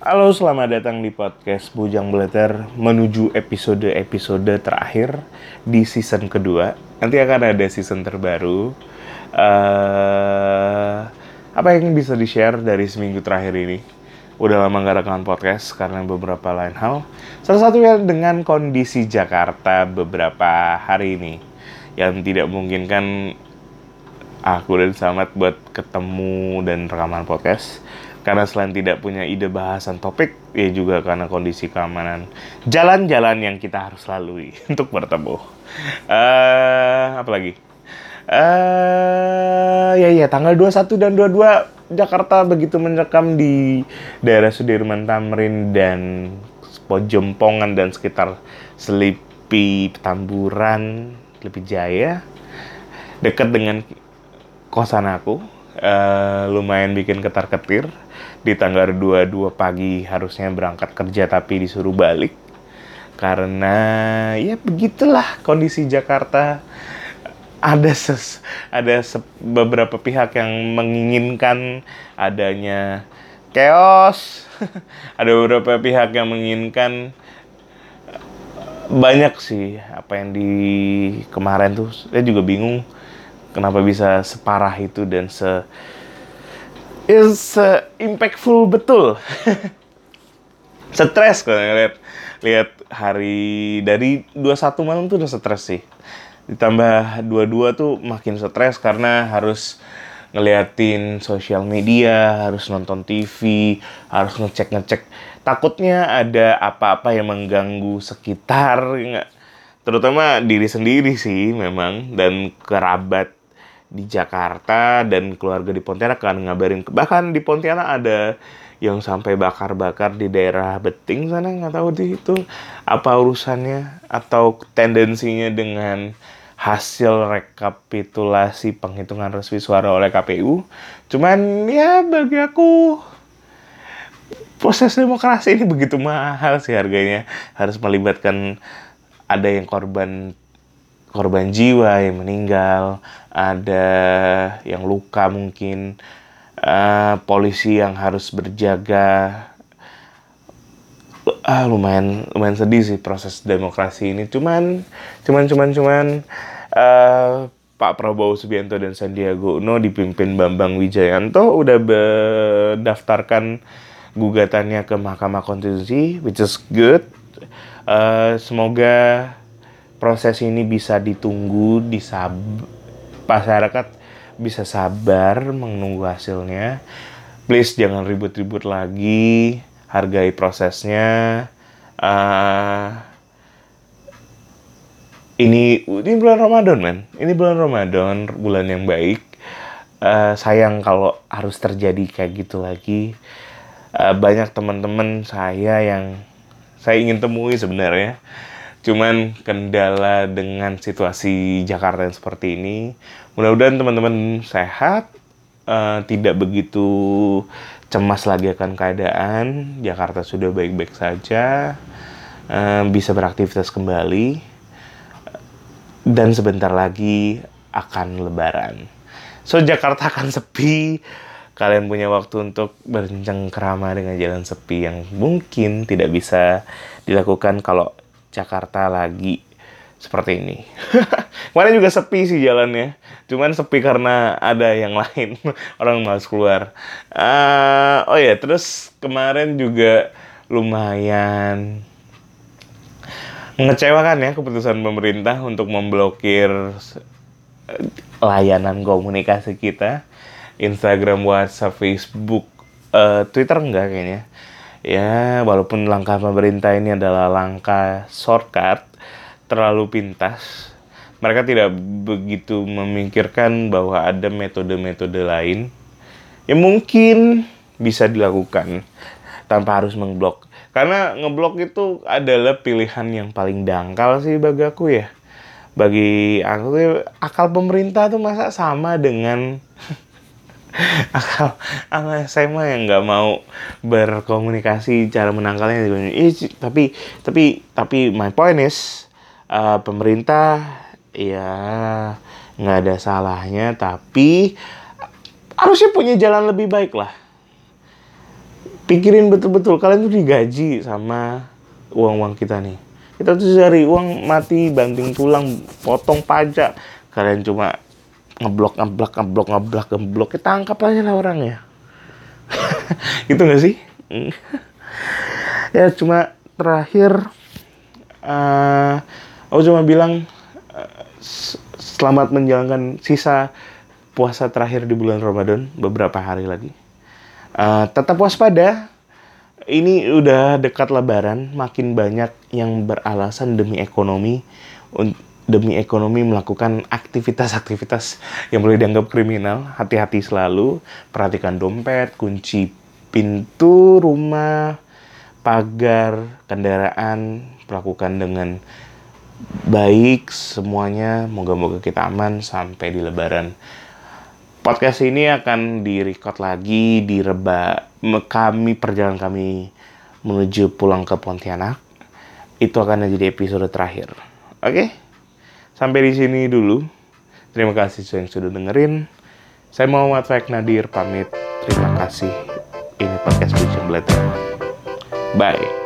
Halo, selamat datang di podcast Bujang Belater menuju episode terakhir di season kedua. Nanti akan ada season terbaru. Apa yang bisa di-share dari seminggu terakhir ini? Udah lama gak rekaman podcast karena beberapa lain hal. Salah satunya dengan kondisi Jakarta beberapa hari ini yang tidak memungkinkan aku dan Samat buat ketemu dan rekaman podcast. Karena selain tidak punya ide bahasan topik, ya juga karena kondisi keamanan jalan-jalan yang kita harus lalui untuk bertemu. Apa lagi? Ya, tanggal 21 dan 22 Jakarta begitu mencekam di daerah Sudirman Tamrin dan Pojompongan dan sekitar Selipi, Petamburan, Selipi Jaya, dekat dengan kosan aku. Lumayan bikin ketar-ketir. Di tanggal 22 pagi harusnya berangkat kerja tapi disuruh balik. Karena ya begitulah kondisi Jakarta. Beberapa pihak yang menginginkan adanya chaos. Ada beberapa pihak yang menginginkan banyak sih apa yang di kemarin tuh. Saya juga bingung kenapa bisa separah itu dan impactful betul. Stres kalau lihat hari dari 21 malam tuh udah stres sih. Ditambah 22 tuh makin stres karena harus ngeliatin sosial media, harus nonton TV, harus ngecek. Takutnya ada apa-apa yang mengganggu sekitar, nggak? Terutama diri sendiri sih memang, dan kerabat di Jakarta dan keluarga di Pontianak kan ngabarin. Bahkan di Pontianak ada yang sampai bakar-bakar di daerah Beting sana, nggak tahu di itu apa urusannya atau tendensinya dengan hasil rekapitulasi penghitungan resmi suara oleh KPU. Cuman ya bagi aku proses demokrasi ini begitu mahal sih harganya, harus melibatkan ada yang korban jiwa yang meninggal, ada yang luka mungkin, polisi yang harus berjaga. Lumayan sedih sih proses demokrasi ini. Cuman Pak Prabowo Subianto dan Sandiaga Uno dipimpin Bambang Wijayanto udah mendaftarkan gugatannya ke Mahkamah Konstitusi, which is good. Semoga proses ini bisa ditunggu, masyarakat bisa sabar menunggu hasilnya. Please jangan ribut-ribut lagi, hargai prosesnya. Ini bulan Ramadan, man. Ini bulan Ramadan, bulan yang baik. Sayang kalau harus terjadi kayak gitu lagi. Banyak teman-teman saya yang saya ingin temui sebenarnya. Cuman kendala dengan situasi Jakarta yang seperti ini. Mudah-mudahan teman-teman sehat, tidak begitu cemas lagi akan keadaan. Jakarta sudah baik-baik saja, bisa beraktivitas kembali. Dan sebentar lagi akan Lebaran. So Jakarta akan sepi. Kalian punya waktu untuk bercengkrama dengan jalan sepi yang mungkin tidak bisa dilakukan kalau Jakarta lagi seperti ini. Kemarin juga sepi sih jalannya. Cuman sepi karena ada yang lain. Orang malas keluar. Terus kemarin juga lumayan mengecewakan ya keputusan pemerintah untuk memblokir layanan komunikasi kita. Instagram, WhatsApp, Facebook, Twitter enggak kayaknya. Ya, walaupun langkah pemerintah ini adalah langkah shortcut, terlalu pintas, mereka tidak begitu memikirkan bahwa ada metode-metode lain yang mungkin bisa dilakukan tanpa harus mengblok. Karena ngeblok itu adalah pilihan yang paling dangkal sih bagi aku ya. Bagi aku, akal pemerintah tuh masa sama dengan akal SMA yang nggak mau berkomunikasi, cara menangkalnya. Tapi my point is, pemerintah ya nggak ada salahnya, tapi harusnya punya jalan lebih baik lah. pikirin betul-betul, kalian tuh digaji sama uang-uang kita nih. Kita tuh cari uang mati banting tulang, potong pajak. Kalian cuma ngeblok, kita tangkap aja lah orangnya. Gitu nggak sih? Ya cuma terakhir, aku cuma bilang selamat menjalankan sisa puasa terakhir di bulan Ramadan, beberapa hari lagi. Tetap waspada. Ini udah dekat Lebaran, makin banyak yang beralasan demi ekonomi melakukan aktivitas-aktivitas yang boleh dianggap kriminal. Hati-hati selalu, perhatikan dompet, kunci pintu rumah, pagar, kendaraan, lakukan dengan baik semuanya. Moga-moga kita aman sampai di Lebaran. Podcast ini akan direcord lagi di perjalanan kami menuju pulang ke Pontianak. Itu akan jadi episode terakhir. Oke? Sampai di sini dulu. Terima kasih yang sudah dengerin. Saya Muhammad Faik Nadir pamit. Terima kasih. Ini podcast Bincang Belata. Bye.